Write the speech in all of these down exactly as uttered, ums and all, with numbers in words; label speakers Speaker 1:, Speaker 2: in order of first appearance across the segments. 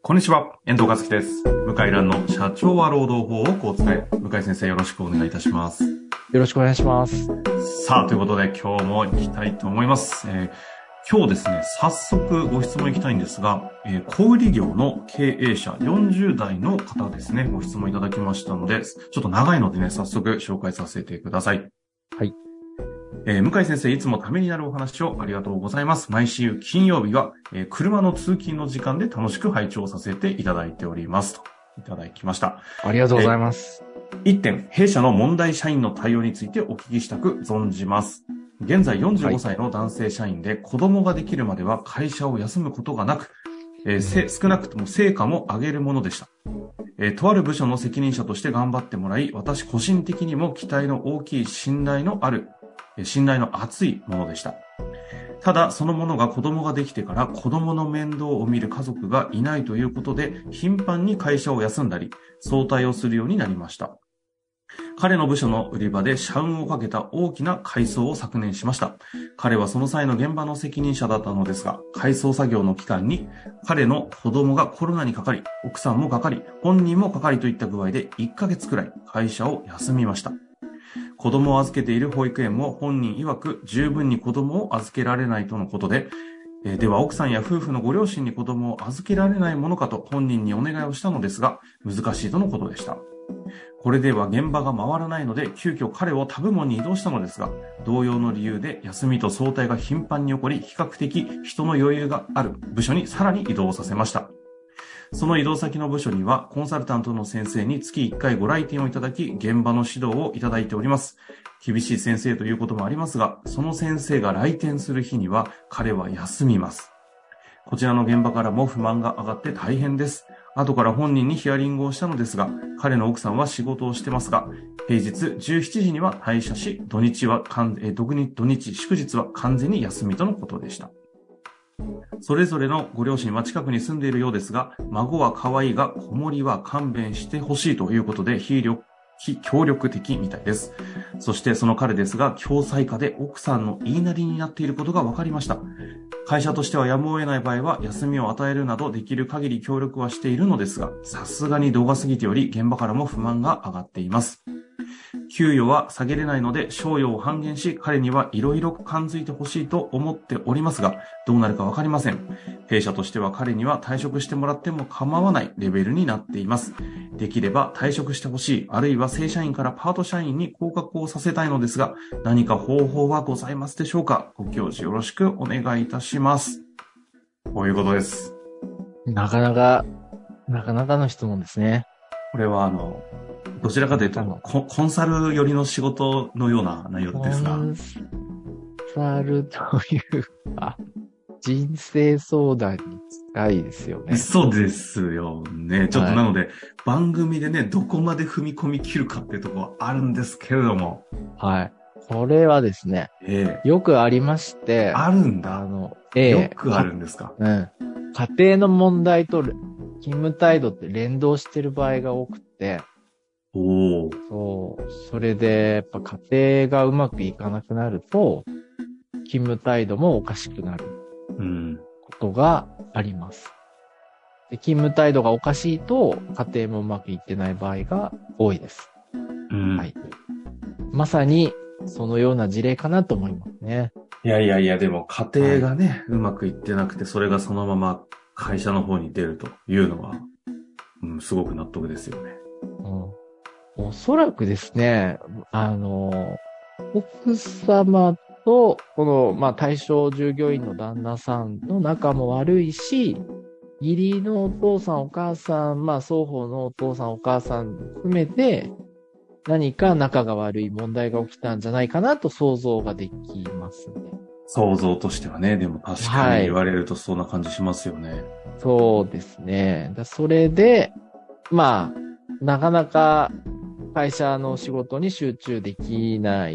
Speaker 1: こんにちは、遠藤和樹です。向井蘭の社長は労働法をこう使え。向井先生よろしくお願いいたします。
Speaker 2: よろしくお願いします。
Speaker 1: さあ、ということで今日も行きたいと思います。えー、今日ですね、早速ご質問行きたいんですが、えー、小売業の経営者よんじゅう代の方ですね、ご質問いただきましたので、ちょっと長いのでね、早速紹介させてください。
Speaker 2: はい。
Speaker 1: えー、向井先生、いつもためになるお話をありがとうございます。毎週金曜日は、えー、車の通勤の時間で楽しく拝聴させていただいております。といただきました。
Speaker 2: ありがとうございます。
Speaker 1: えー、いってん、弊社の問題社員の対応についてお聞きしたく存じます。現在よんじゅうごさいの男性社員で、子供ができるまでは会社を休むことがなく、えー、せ少なくとも成果も上げるものでした。えー、とある部署の責任者として頑張ってもらい、私個人的にも期待の大きい信頼のある信頼の厚いものでした。ただ、そのものが子供ができてから子供の面倒を見る家族がいないということで、頻繁に会社を休んだり、早退をするようになりました。彼の部署の売り場で社運をかけた大きな改装を昨年しました。彼はその際の現場の責任者だったのですが、改装作業の期間に彼の子供がコロナにかかり、奥さんもかかり、本人もかかりといった具合でいっかげつくらい会社を休みました。子供を預けている保育園も本人曰く十分に子供を預けられないとのことで、えー、では奥さんや夫婦のご両親に子供を預けられないものかと本人にお願いをしたのですが、難しいとのことでした。これでは現場が回らないので、急遽彼を他部門に移動したのですが、同様の理由で休みと早退が頻繁に起こり、比較的人の余裕がある部署にさらに移動させました。その移動先の部署にはコンサルタントの先生に月いっかいご来店をいただき、現場の指導をいただいております。厳しい先生ということもありますが、その先生が来店する日には彼は休みます。こちらの現場からも不満が上がって大変です。後から本人にヒアリングをしたのですが、彼の奥さんは仕事をしてますが、平日じゅうしちじには退社し、土日はえ土日祝日は完全に休みとのことでした。それぞれのご両親は近くに住んでいるようですが、孫は可愛いが子守は勘弁してほしいということで非力非協力的みたいです。そしてその彼ですが、共済下で奥さんの言いなりになっていることが分かりました。会社としてはやむを得ない場合は休みを与えるなどできる限り協力はしているのですが、さすがに度が過ぎており、現場からも不満が上がっています。給与は下げれないので、賞与を半減し、彼にはいろいろ感づいてほしいと思っておりますが、どうなるかわかりません。弊社としては彼には退職してもらっても構わないレベルになっています。できれば退職してほしい、あるいは正社員からパート社員に降格をさせたいのですが、何か方法はございますでしょうか？ご教示よろしくお願いいたします。こういうことです。
Speaker 2: なかなか、なかなかの質問ですね。
Speaker 1: これはあの、どちらかというとコ、コンサル寄りの仕事のような内容ですが。
Speaker 2: コンサルというか、人生相談に近いですよね。
Speaker 1: そうですよね。ちょっとなので、はい、番組でね、どこまで踏み込み切るかっていうところはあるんですけれども。
Speaker 2: はい。これはですね、ええ、よくありまして。
Speaker 1: あるんだ。
Speaker 2: あの、
Speaker 1: ええ、よくあるんですか。
Speaker 2: うん。家庭の問題と勤務態度って連動してる場合が多くて。
Speaker 1: おー。
Speaker 2: そう。それで、やっぱ家庭がうまくいかなくなると、勤務態度もおかしくなる。
Speaker 1: うん。
Speaker 2: ことがあります。で、勤務態度がおかしいと、家庭もうまくいってない場合が多いです。
Speaker 1: うん。
Speaker 2: はい。まさに、そのような事例かなと思いますね。
Speaker 1: いやいやいや、でも家庭がね、はい、うまくいってなくて、それがそのまま会社の方に出るというのは、うん、すごく納得ですよね。
Speaker 2: うん、おそらくですね、あの、奥様と、この、まあ、対象従業員の旦那さんの仲も悪いし、義理のお父さんお母さん、まあ、双方のお父さんお母さん含めて、何か仲が悪い問題が起きたんじゃないかなと想像ができますね。
Speaker 1: 想像としてはね、でも確かに言われるとそんな感じしますよね。はい、
Speaker 2: そうですね。だそれで、まあ、なかなか会社の仕事に集中できない、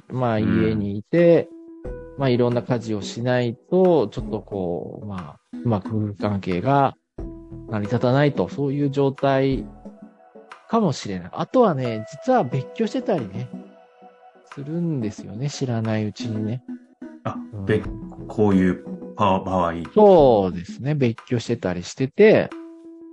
Speaker 2: まあ家にいて、うん、まあいろんな家事をしないと、ちょっとこう、まあ、うまく夫婦関係が成り立たないと、そういう状態かもしれない。あとはね、実は別居してたりね、するんですよね、知らないうちにね。
Speaker 1: あ、うん、こういう場合。
Speaker 2: そうですね、別居してたりしてて、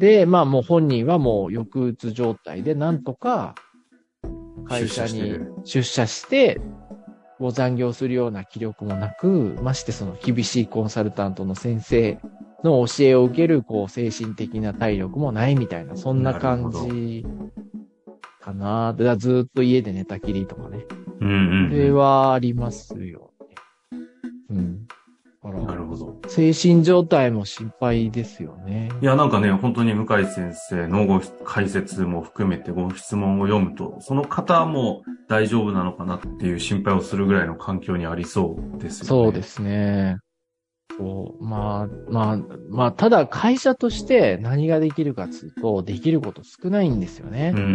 Speaker 2: で、まあもう本人はもう抑うつ状態でなんとか会社に出社して、もう残業するような気力もなく、ましてその厳しいコンサルタントの先生の教えを受ける、こう精神的な体力もないみたいな、そんな感じかな。だからずっと家で寝たきりとかね。
Speaker 1: うんうんうん、
Speaker 2: それはありますよね。うん。
Speaker 1: なるほど。
Speaker 2: 精神状態も心配ですよね。
Speaker 1: いや、なんかね、本当に向井先生のご解説も含めてご質問を読むと、その方も大丈夫なのかなっていう心配をするぐらいの環境にありそうですよね。
Speaker 2: そうですね。そう。まあ、まあ、まあ、ただ会社として何ができるかというと、できること少ないんですよね。
Speaker 1: うん。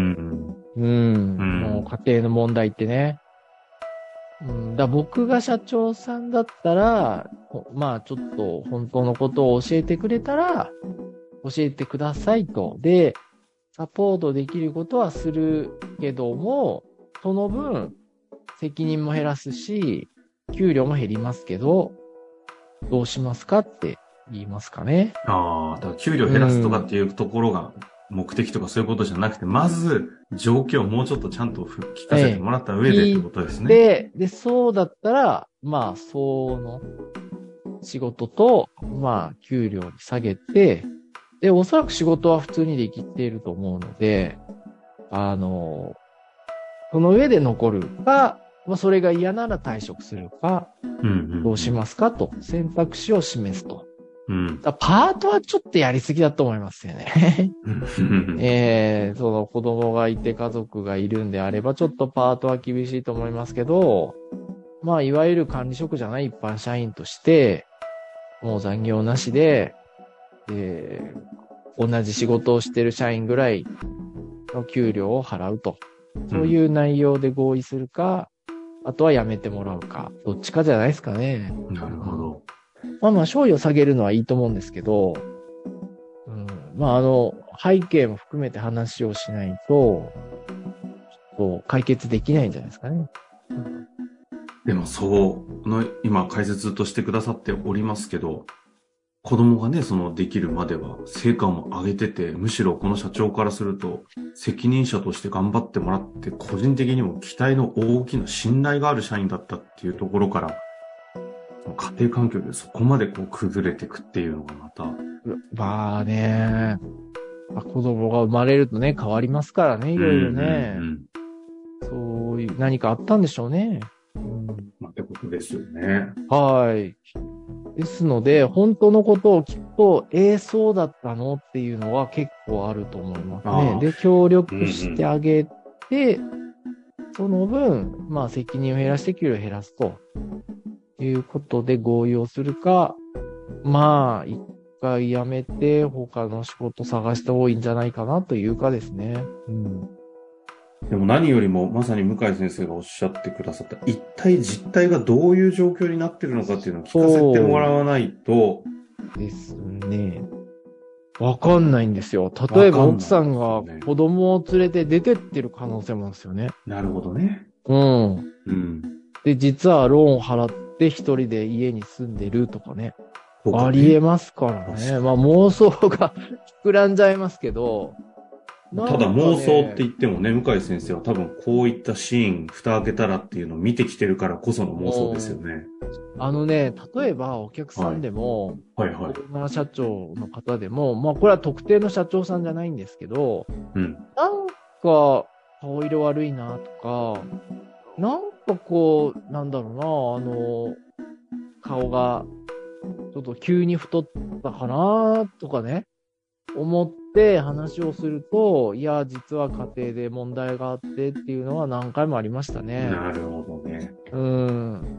Speaker 2: うん。うん、もう家庭の問題ってね。うん、だ僕が社長さんだったら、まあちょっと本当のことを教えてくれたら、教えてくださいと。で、サポートできることはするけども、その分、責任も減らすし、給料も減りますけど、どうしますかって言いますかね。
Speaker 1: ああ、だから給料減らすとかっていうところが目的とかそういうことじゃなくて、うん、まず状況をもうちょっとちゃんと聞かせてもらった上でってことですね。
Speaker 2: で、で、そうだったら、まあ、その仕事と、まあ、給料に下げて、で、おそらく仕事は普通にできていると思うので、あの、その上で残るか、まあ、それが嫌なら退職するか、
Speaker 1: うんうんうん、
Speaker 2: どうしますかと選択肢を示すと。
Speaker 1: うん、
Speaker 2: パートはちょっとやりすぎだと思いますよね。えー、その子供がいて家族がいるんであれば、ちょっとパートは厳しいと思いますけど、まあ、いわゆる管理職じゃない一般社員として、もう残業なしで、えー、同じ仕事をしてる社員ぐらいの給料を払うと。そういう内容で合意するか、あとはやめてもらうか、どっちかじゃないですかね。
Speaker 1: なるほど。
Speaker 2: まあまあ、賞与を下げるのはいいと思うんですけど、うん、まああの、背景も含めて話をしないと、ちょっと解決できないんじゃないですかね。
Speaker 1: うん、でもそうの、今解説としてくださっておりますけど、子供がね、そのできるまでは成果も上げてて、むしろこの社長からすると、責任者として頑張ってもらって、個人的にも期待の大きな信頼がある社員だったっていうところから、家庭環境でそこまでこう崩れていくっていうのがまた。
Speaker 2: まあね、まあ、子供が生まれるとね、変わりますからね、いろいろね。うんうんうん、そういう、何かあったんでしょうね。
Speaker 1: うん、まあ、ってことですよね。
Speaker 2: はい。ですので、本当のことを聞くと、えー、そうだったのっていうのは結構あると思いますね。で、協力してあげて、うんうん、その分、まあ責任を減らして給料を減らすということで合意をするか、まあ、一回辞めて他の仕事探した方がいいんじゃないかなというかですね。うん。
Speaker 1: でも何よりもまさに向井先生がおっしゃってくださった一体実態がどういう状況になってるのかっていうのを聞かせてもらわないと。
Speaker 2: ですね。わかんないんですよ。例えば奥さんが子供を連れて出てってる可能性もあるんですよね。
Speaker 1: なるほどね。
Speaker 2: うん。
Speaker 1: うん。
Speaker 2: で、実はローンを払って一人で家に住んでるとかね。ありえますからね。まあ妄想が膨らんじゃいますけど。
Speaker 1: ただ妄想って言ってもね、向井先生は多分こういったシーン、蓋開けたらっていうのを見てきてるからこその妄想ですよね。
Speaker 2: あのね、例えばお客さんでも、
Speaker 1: はい、はいはい。
Speaker 2: オーナー社長の方でも、まあこれは特定の社長さんじゃないんですけど、
Speaker 1: うん、
Speaker 2: なんか顔色悪いなとか、なんかこう、なんだろうな、あの、顔がちょっと急に太ったかなとかね、思って話をすると、いや、実は家庭で問題があってっていうのは何回もありましたね。
Speaker 1: なるほどね。
Speaker 2: うん。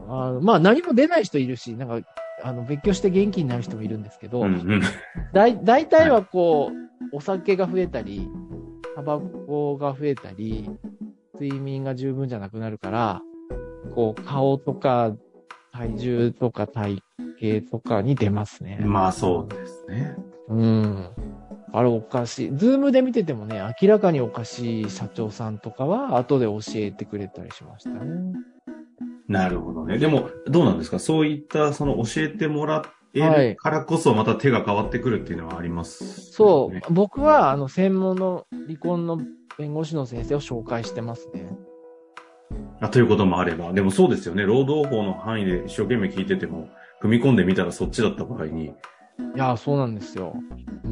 Speaker 2: あのまあ何も出ない人いるし、なんか、あの、別居して元気になる人もいるんですけど、
Speaker 1: うんうん、
Speaker 2: だい、大体はこう、お酒が増えたり、タバコが増えたり、睡眠が十分じゃなくなるから、こう、顔とか、体重とか体型とかに出ますね。
Speaker 1: まあそうですね。
Speaker 2: うん。あれおかしい。ズームで見ててもね、明らかにおかしい社長さんとかは後で教えてくれたりしましたね。
Speaker 1: なるほどね。でも、どうなんですか？そういった、その教えてもらっ得るからこそまた手が変わってくるっていうのはあります、ね。
Speaker 2: そう。僕は、あの、専門の離婚の弁護士の先生を紹介してますね。
Speaker 1: あ、ということもあれば。でもそうですよね。労働法の範囲で一生懸命聞いてても、踏み込んでみたらそっちだった場合に。
Speaker 2: いや、そうなんですよ。うん。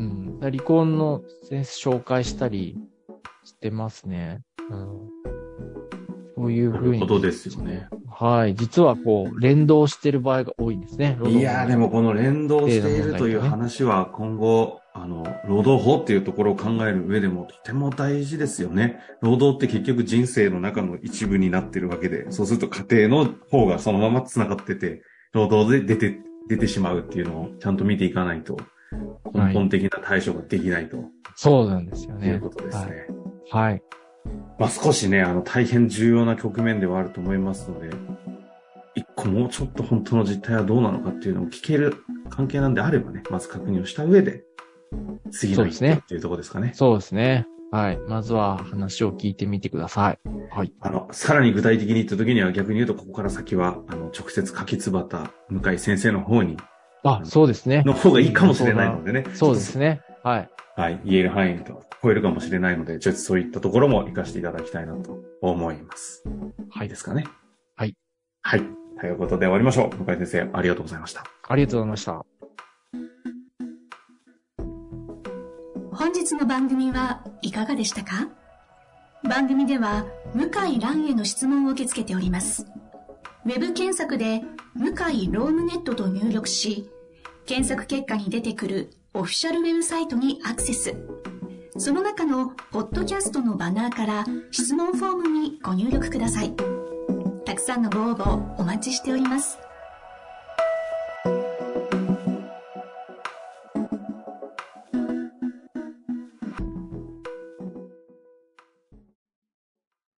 Speaker 2: 離婚の先生紹介したりしてますね。うん。そういうふうに。
Speaker 1: そういうことですよね。
Speaker 2: はい。実はこう、連動してる場合が多いんですね。
Speaker 1: いやーでもこの連動しているという話は今後、あの、労働法っていうところを考える上でもとても大事ですよね。労働って結局人生の中の一部になってるわけで、そうすると家庭の方がそのまま繋がってて、労働で出て、出てしまうっていうのをちゃんと見ていかないと、根本的な対処ができないと。はい、
Speaker 2: そうなんですよね。
Speaker 1: ということですね。
Speaker 2: はい。はい、
Speaker 1: まあ少しね、あの、大変重要な局面ではあると思いますので、一個もうちょっと本当の実態はどうなのかっていうのを聞ける関係なんであればね、まず確認をした上で、次の一手っていうところですかね。
Speaker 2: そうですね。はい。まずは話を聞いてみてください。はい。
Speaker 1: あの、さらに具体的に言った時には逆に言うと、ここから先は、あの、直接柿つばた向井先生の方に、
Speaker 2: あ、そうですね。
Speaker 1: の方がいいかもしれないのでね。
Speaker 2: そうですね。はい。
Speaker 1: はい。言える範囲と超えるかもしれないので、ちょっとそういったところも活かしていただきたいなと思います。はい。ですかね。
Speaker 2: はい。
Speaker 1: はい。ということで終わりましょう。向井先生、ありがとうございました。
Speaker 2: ありがとうございました。
Speaker 3: 本日の番組はいかがでしたか？番組では向井蘭への質問を受け付けております。ウェブ検索で向井ロームネットと入力し、検索結果に出てくるオフィシャルウェブサイトにアクセス。その中のポッドキャストのバナーから質問フォームにご入力ください。たくさんのご応募お待ちしております。